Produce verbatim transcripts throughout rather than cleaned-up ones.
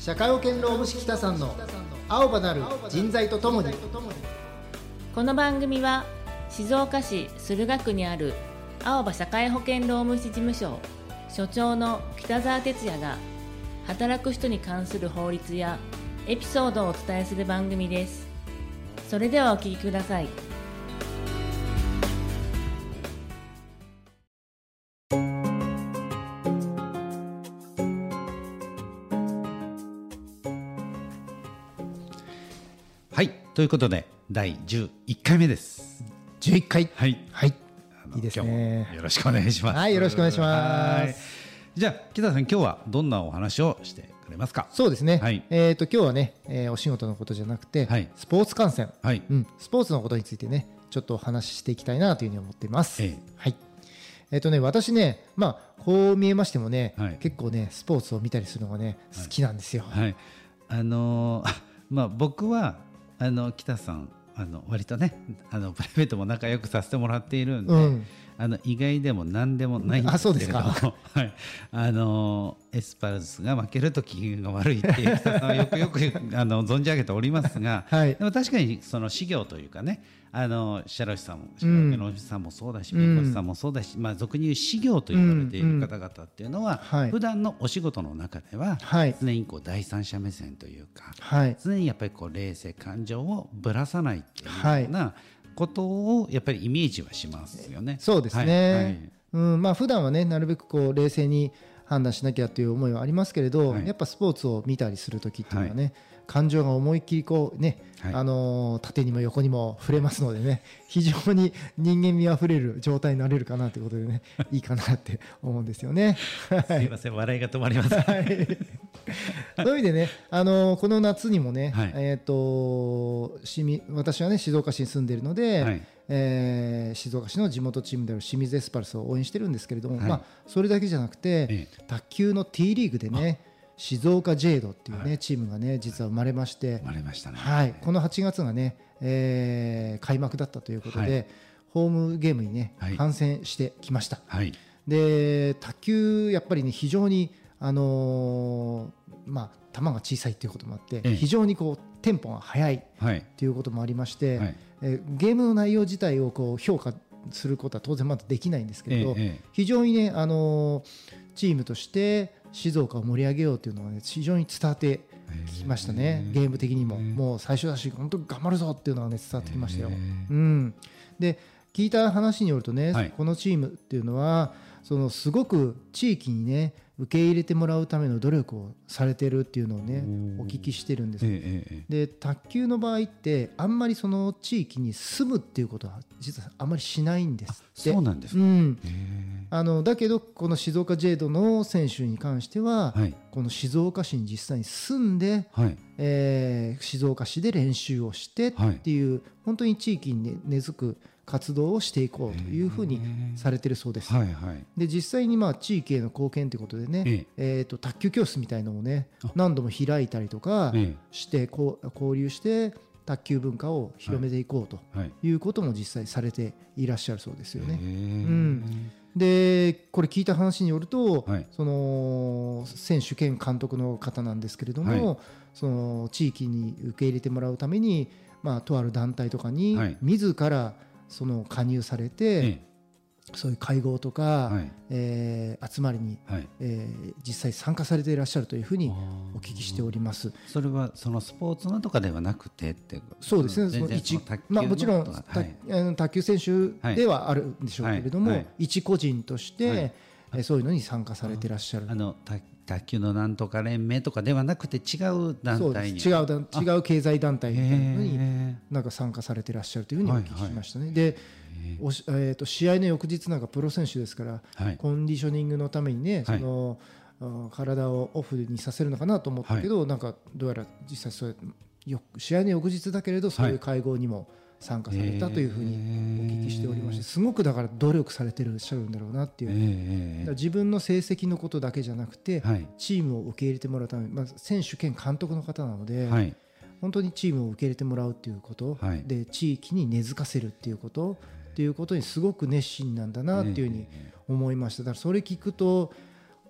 社会保険労務士北さんの青葉なる人材とともに。 この番組は静岡市駿河区にある青葉社会保険労務士事務所所長の北澤哲也が働く人に関する法律やエピソードをお伝えする番組です。それではお聞きください。 はい、ということでだいじゅういっかいめです。 じゅういっかい。 はい、 はい、 あのいいですね。 今日もよろしくお願いします。 はい、よろしくお願いします。 じゃあ北田さん、今日はどんなお話をしてくれますか？ そうですね、 はい、 えーと今日はね、えーお仕事のことじゃなくて、はい、スポーツ観戦、はいうん、スポーツのことについてねちょっとお話ししていきたいなというふうに思っています。えーはいえーとね、私ね、まあ、こう見えましてもね、はい、結構ねスポーツを見たりするのがね好きなんですよ。 はいはい、あのーまあ、僕はあの北さんあの割とねあのプライベートも仲良くさせてもらっているんで、うん、あの意外でも何でもないんですけれども、はい、あのエスパルスが負けると機嫌が悪いっていう北さんはよくよくあの存じ上げておりますが、はい、でも確かにその事業というかね、あの社労士さんも社労士さんもそうだし、弁護士さんもそうだし、まあ、俗に言う事業と言われている方々っていうのは、うんうん、普段のお仕事の中では、はい、常にこう第三者目線というか、はい、常にやっぱりこう冷静感情をぶらさないっていうようなことをやっぱりイメージはしますよね。 そうですね、はいはいうんまあ、普段はねなるべくこう冷静に判断しなきゃという思いはありますけれど、はい、やっぱスポーツを見たりするときっていうのはね、はい、感情が思いっきりこうね、はいあのー、縦にも横にも触れますのでね、非常に人間味あふれる状態になれるかなということでねいいかなって思うんですよね。 すいません、笑いが止まりません、はい、 そういう意味でね、あのー、この夏にもね、はいえー、と清水私はね静岡市に住んでいるので、はいえー、静岡市の地元チームである清水エスパルスを応援してるんですけれども、はいまあ、それだけじゃなくて、ええ、卓球の T リーグでね静岡ジェイドっていうね、はい、チームがね実は生まれまして、 生まれましたね、 はい、このはちがつがね、えー、開幕だったということで、はい、ホームゲームにね、はい、観戦してきました、はい、で卓球やっぱりね非常にあのー、まあ球が小さいということもあって、ええ、非常にこうテンポが速いということもありまして、はいえー、ゲームの内容自体をこう評価することは当然まだできないんですけれど、ええ、非常にね、あのー、チームとして静岡を盛り上げようというのは、ね、非常に伝わってきましたね。ゲーム的にももう最初だし本当に頑張るぞっていうのが、ね、伝わってきましたよ。うん、で聞いた話によるとね、はい、このチームっていうのはそのすごく地域にね受け入れてもらうための努力をされてるっていうのをねお聞きしてるんです、ええ、で卓球の場合ってあんまりその地域に住むっていうことは実はあんまりしないんですって。 そうなんですか、うん、 あのだけどこの静岡ジェイドの選手に関しては、はい、この静岡市に実際に住んで、はいえー、静岡市で練習をしてっていう、はい、本当に地域に根付く活動をしていこうというふうにされているそうです、はいはい、で実際にまあ地域への貢献ということでね、えええー、と卓球教室みたいなのをね何度も開いたりとかしてこう交流して卓球文化を広めていこうということも実際されていらっしゃるそうですよね、うん、でこれ聞いた話によると、はい、その選手兼監督の方なんですけれども、はい、その地域に受け入れてもらうために、まあ、とある団体とかに自らその加入されて、ええ、そういう会合とか、はいえー、集まりに、はいえー、実際参加されていらっしゃるというふうにお聞きしております。 それはそのスポーツのとかではなくてってこと？ そうですね、その一まあ、もちろん、はい、卓球選手ではあるんでしょうけれども、はいはい、一個人として、はいえー、そういうのに参加されていらっしゃる。 あの卓球のなんとか連盟とかではなくて違う団体に違う、違う経済団体みたいなのになんか参加されていらっしゃるというふうにお聞きしましたね、はいはい、でおし、えー、と試合の翌日なんかプロ選手ですから、はい、コンディショニングのためにねその、はい、体をオフにさせるのかなと思ったけど、はい、なんかどうやら実際そうよ試合の翌日だけれどそういう会合にも参加されたというふうにお聞きしておりまして、すごくだから努力されていらっしゃるんだろうなっていう、えー、だから自分の成績のことだけじゃなくて、はい、チームを受け入れてもらうために、まあ、選手兼監督の方なので、はい、本当にチームを受け入れてもらうっていうこと、はい、で地域に根付かせるっていうことっていうことにすごく熱心なんだなっていうふうに思いました。だからそれ聞くと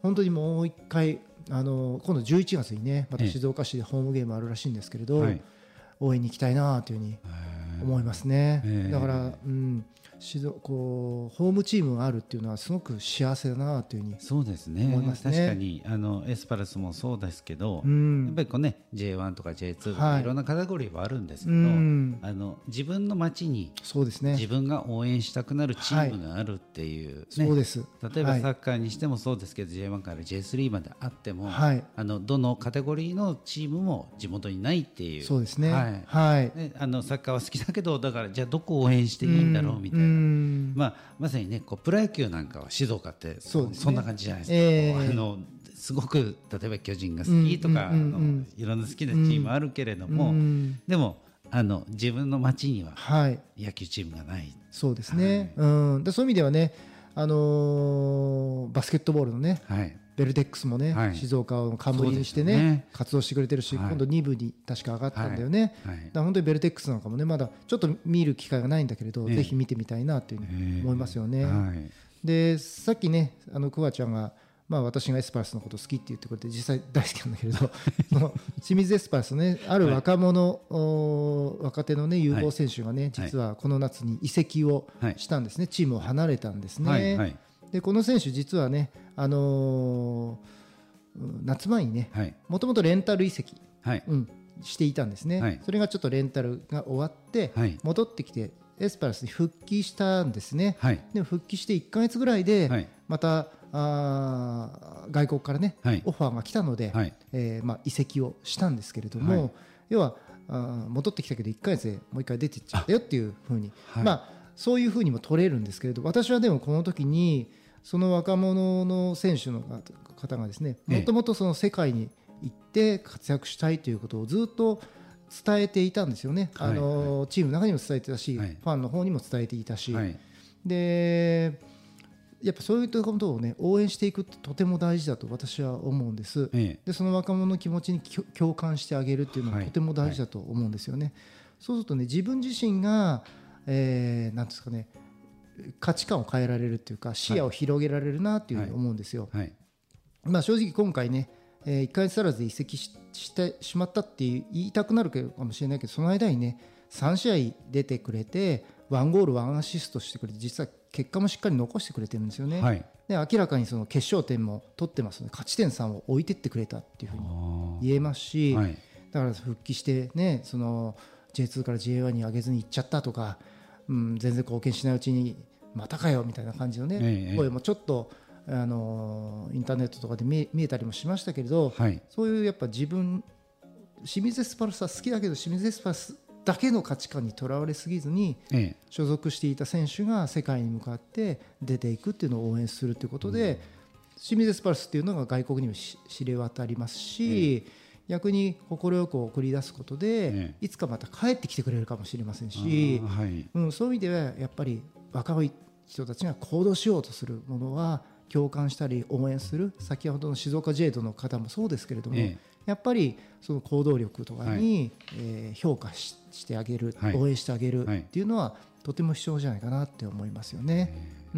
本当にもう一回あの今度じゅういちがつにねまた静岡市でホームゲームあるらしいんですけれど、はい、応援に行きたいなというふうに思いますね。だから、うん、こうホームチームがあるっていうのはすごく幸せだなというふうにそうですね。 思いますね。 確かにあのエスパルスもそうですけど、うん、やっぱりこうね ジェイワン とか ジェイツー とかいろんなカテゴリーはあるんですけど、はい、あの自分の街にそうです、ね、自分が応援したくなるチームがあるっていう、ね、はい、そうです。例えばサッカーにしてもそうですけど、はい、ジェイワン から ジェイスリー まであっても、はい、あのどのカテゴリーのチームも地元にないっていう。 そうですね。 はいはい、ね、あのサッカーは好きだけどだからじゃあどこを応援していいんだろうみたいな、まあ、まさにねこうプロ野球なんかは静岡ってそ、ね、そんな感じじゃないですか、えー、あのすごく例えば巨人が好きとか、うんうんうん、いろんな好きなチームあるけれども、うん、でもあの自分の町には野球チームがない、はい、 そうですね、はい、うん、でそういう意味ではね、あのー、バスケットボールのね、はい、ベルテックスもね、はい、静岡を冠にして ね, ね活動してくれてるし、はい、今度に部に確か上がったんだよね、はいはい、だから本当にベルテックスなんかもねまだちょっと見る機会がないんだけれど、ね、ぜひ見てみたいなというふうに思いますよね、えーはい、でさっきねあのクワちゃんが、まあ、私がエスパルスのこと好きって言ってくれて実際大好きなんだけれどその清水エスパルスねある若者、はい、若手のね有望選手がね、はい、実はこの夏に移籍をしたんですね、はい、チームを離れたんですね、はいはい、でこの選手実はね、あのー、夏前にねもともとレンタル移籍、はいうん、していたんですね、はい、それがちょっとレンタルが終わって戻ってきてエスパルスに復帰したんですね、はい、でも復帰していっかげつぐらいでまたあ外国からね、はい、オファーが来たので、はいえーまあ、移籍をしたんですけれども、はい、要はあ戻ってきたけどいっかげつでもう一回出ていっちゃったよっていうふうに、はいまあ、そういうふうにも取れるんですけれど、私はでもこの時にその若者の選手の方がですねもともとその世界に行って活躍したいということをずっと伝えていたんですよね、はい、あのはい、チームの中にも伝えてたし、はい、ファンの方にも伝えていたし、はい、でやっぱそういうことを、ね、応援していくってとても大事だと私は思うんです、ええ、でその若者の気持ちに共感してあげるっていうのはとても大事だと思うんですよね、はいはい、そうするとね自分自身が、えー、なんですかね価値観を変えられるっていうか視野を広げられるなっていうふうに思うんですよ、はいはいまあ、正直今回ねいっかげつ足らずで移籍 し, してしまったって言いたくなるかもしれないけど、その間にねさん試合出てくれてワンゴールワンアシストしてくれて実は結果もしっかり残してくれてるんですよね、はい、で明らかにその決勝点も取ってますので勝ち点さんを置いてってくれたっていうふうに言えますし、はい、だから復帰してねその ジェイツー から ジェイワン に上げずに行っちゃったとか、うん、全然貢献しないうちにまたかよみたいな感じのね、ええ、声もちょっとあのインターネットとかで 見, 見えたりもしましたけれど、はい、そういうやっぱ自分清水エスパルスは好きだけど清水エスパルスだけの価値観にとらわれすぎずに、ええ、所属していた選手が世界に向かって出ていくっていうのを応援するということで、うん、清水エスパルスっていうのが外国にも知れ渡りますし、ええ、逆に快く送り出すことで、ええ、いつかまた帰ってきてくれるかもしれませんし、はいうん、そういう意味ではやっぱり若い人たちが行動しようとするものは共感したり応援する、先ほどの静岡ジェイドの方もそうですけれども、ええ、やっぱりその行動力とかに、はいえー、評価 し, してあげる、はい、応援してあげるっていうのはとても必要じゃないかなって思いますよね、うん、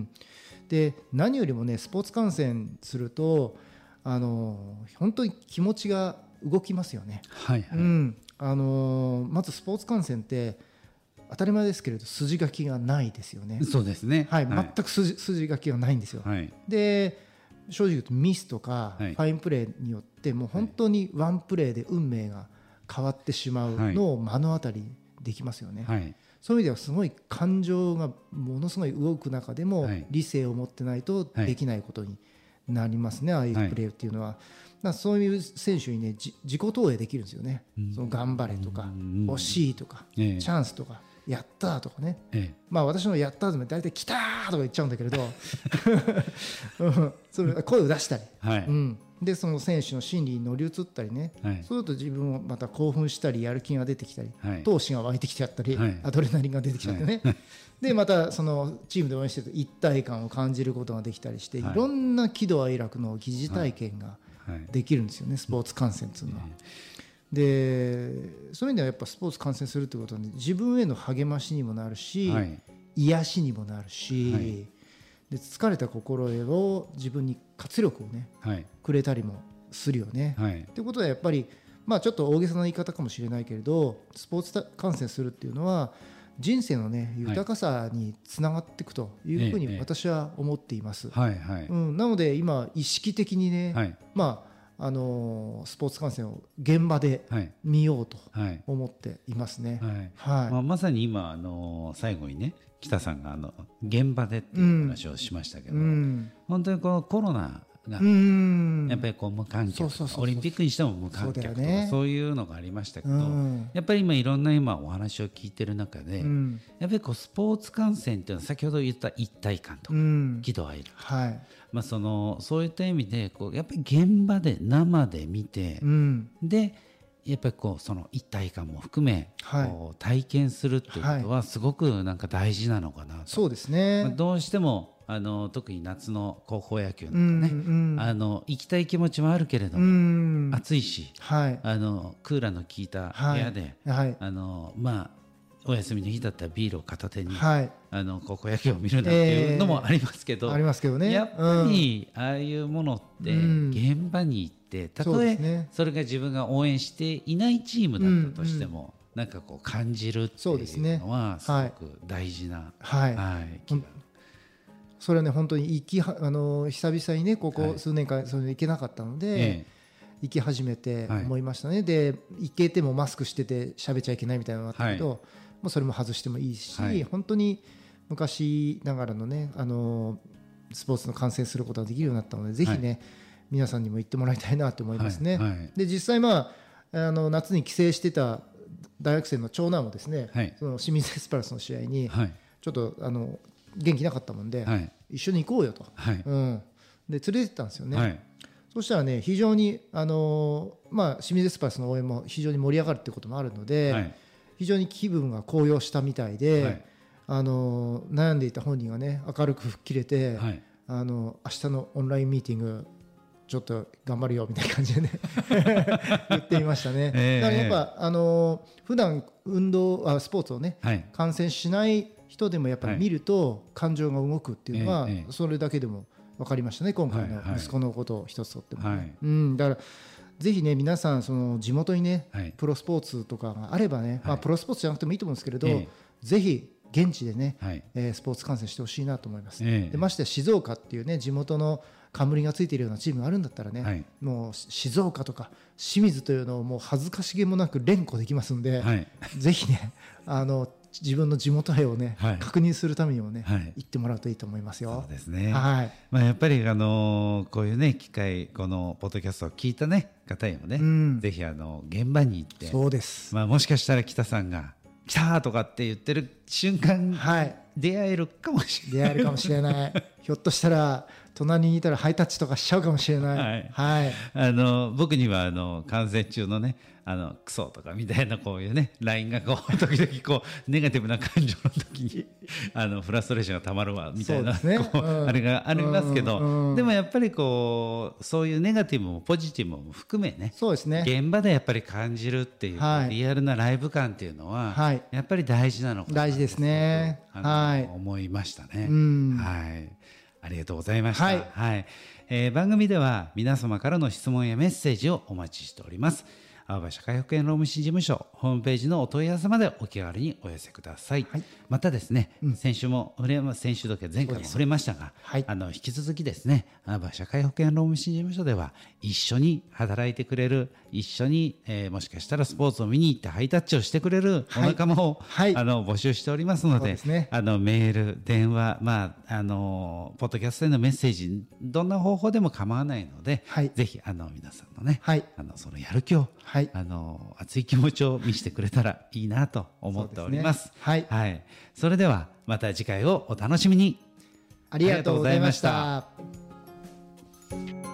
で何よりもねスポーツ観戦するとあの本当に気持ちが動きますよね、はいはいうんあのまずスポーツ観戦って当たり前ですけれど筋書きがないですよね。 そうですね、 はいはい、全く 筋, 筋書きがないんですよ、はい、で正直言うとミスとかファインプレーによってもう本当にワンプレーで運命が変わってしまうのを目の当たりできますよね、はい、そういう意味ではすごい感情がものすごい動く中でも理性を持ってないとできないことになりますね、ああいうプレーっていうのは。だからそういう選手にね自己投影できるんですよね、うん、その頑張れとか惜しいとか、えー、チャンスとかやったとかね、ええ、まあ私のやったでも大体来たとか言っちゃうんだけれどそれ声を出したり、はいうん、でその選手の心理に乗り移ったりね、はい、そうすると自分もまた興闘したりやる気が出てきたり、はい、闘志が湧いてきちゃったり、はい、アドレナリンが出てきちゃってね、はい、でまたそのチームで応援してると一体感を感じることができたりして、はい、いろんな喜怒哀楽の疑似体験ができるんですよね、はい、スポーツ観戦っていうのは、はいでそういう意味ではやっぱスポーツ観戦するということは、ね、自分への励ましにもなるし、はい、癒しにもなるし、はい、 で疲れた心得を自分に活力をね、はい、くれたりもするよね。はい、ということでやっぱり、まあ、ちょっと大げさな言い方かもしれないけれどスポーツ観戦するっていうのは人生の、ね、豊かさにつながっていくというふうに私は思っています。はいはいうん、なので今意識的にね、はいまああのー、スポーツ観戦を現場で見ようと思っていますね。はいはいはいまあ、まさに今、あのー、最後にね北さんがあの現場でっていう話をしましたけど、うん、本当にこのコロナがやっぱりこう無観客オリンピックにしても無観客とかそういうのがありましたけど、やっぱり今いろんな今お話を聞いてる中で、やっぱりこうスポーツ観戦っていうのは先ほど言った一体感とか喜怒哀楽とか、まあそのそういった意味でこうやっぱり現場で生で見て、でやっぱりこうその一体感も含めこう体験するっていうことはすごくなんか大事なのかなと。 そうですね。 どうしてもあの特に夏の高校野球なんかね、うんうん、あの行きたい気持ちはあるけれども、うん、暑いし、はい、あのクーラーの効いた部屋で、はいはい、あのまあお休みの日だったらビールを片手に、はい、あの高校野球を見るなんていうのもありますけど、えー、ありますけどね、やっぱりああいうものって現場に行ってたとえそれが自分が応援していないチームだったとしても、うんうん、なんかこう感じるっていうのはすごく大事な、はいはい、 それはね本当に行きはあの久々にねここ数年間それで行けなかったので、はい、行き始めて思いましたね、はい、で行けてもマスクしてて喋っちゃいけないみたいなのがあったけど、はい、もうそれも外してもいいし、はい、本当に昔ながらのねあのスポーツの観戦することができるようになったのでぜひね、はい、皆さんにも行ってもらいたいなと思いますね、はいはい、で実際、まあ、あの夏に帰省してた大学生の長男もですね、はい、その清水エスパルスの試合にちょっとあの元気なかったもんで、はい、一緒に行こうよと、はいうん、で連れて行ったんですよね、はい、そしたらね非常に、あのーまあ、清水エスパルスの応援も非常に盛り上がるってこともあるので、はい、非常に気分が高揚したみたいで、はいあのー、悩んでいた本人がね明るく吹っ切れて、はい、あの明日のオンラインミーティングちょっと頑張るよみたいな感じでね言ってみましたね、えー、だからやっぱ、あのー、普段運動あスポーツをね、はい、観戦しない人でもやっぱり見ると感情が動くっていうのはそれだけでも分かりましたね今回の息子のことを一つとっても、ねはいうん、だからぜひね皆さんその地元にね、はい、プロスポーツとかがあればね、はいまあ、プロスポーツじゃなくてもいいと思うんですけれど、えー、ぜひ現地でね、はいえー、スポーツ観戦してほしいなと思います、えー、でまして静岡っていうね地元の冠がついているようなチームがあるんだったらね、はい、もう静岡とか清水というのをもう恥ずかしげもなく連呼できますんで、はい、ぜひねあの自分の地元愛をね、はい、確認するためにもね、はい、行ってもらうといいと思いますよ。 そうですね、はいまあ、やっぱり、あのー、こういうね機会このポッドキャストを聞いた、ね、方にもね、うん、ぜひあの現場に行ってそうです、 まあ、もしかしたら北さんが来たとかって言ってる瞬間、はい、出会えるかもしれない出会えるかもしれないひょっとしたら隣にいたらハイタッチとかしちゃうかもしれない、はいはい、 あの僕にはあの観戦中のねあのクソとかみたいなこういうね ライン がこう時々こうネガティブな感情の時にあのフラストレーションがたまるわみたいな、ねこううん、あれがありますけど、うんうん、でもやっぱりこうそういうネガティブもポジティブも含めね、 そうですね現場でやっぱり感じるっていう、はい、リアルなライブ感っていうのは、はい、やっぱり大事なのかな大事ですね、 はい、思いましたね、うんはいありがとうございました、はいはいえー、番組では皆様からの質問やメッセージをお待ちしております。青葉社会保険労務士事務所ホームページのお問い合わせまでお気軽にお寄せください、はい、またですね、うん、先週も先週とか前回も触れましたが、はい、あの引き続きですね青葉社会保険労務士事務所では一緒に働いてくれる一緒に、えー、もしかしたらスポーツを見に行ってハイタッチをしてくれるお仲間を、はいはい、あの募集しておりますの で, で、ね、あのメール電話、まあ、あのポッドキャストへのメッセージどんな方法でも構わないので、はい、ぜひあの皆さんのね、はい、あのそのやる気をはい、あの熱い気持ちを見せてくれたらいいなと思っております。そ、ねはいはい、それではまた次回をお楽しみに。 ありがとうございました。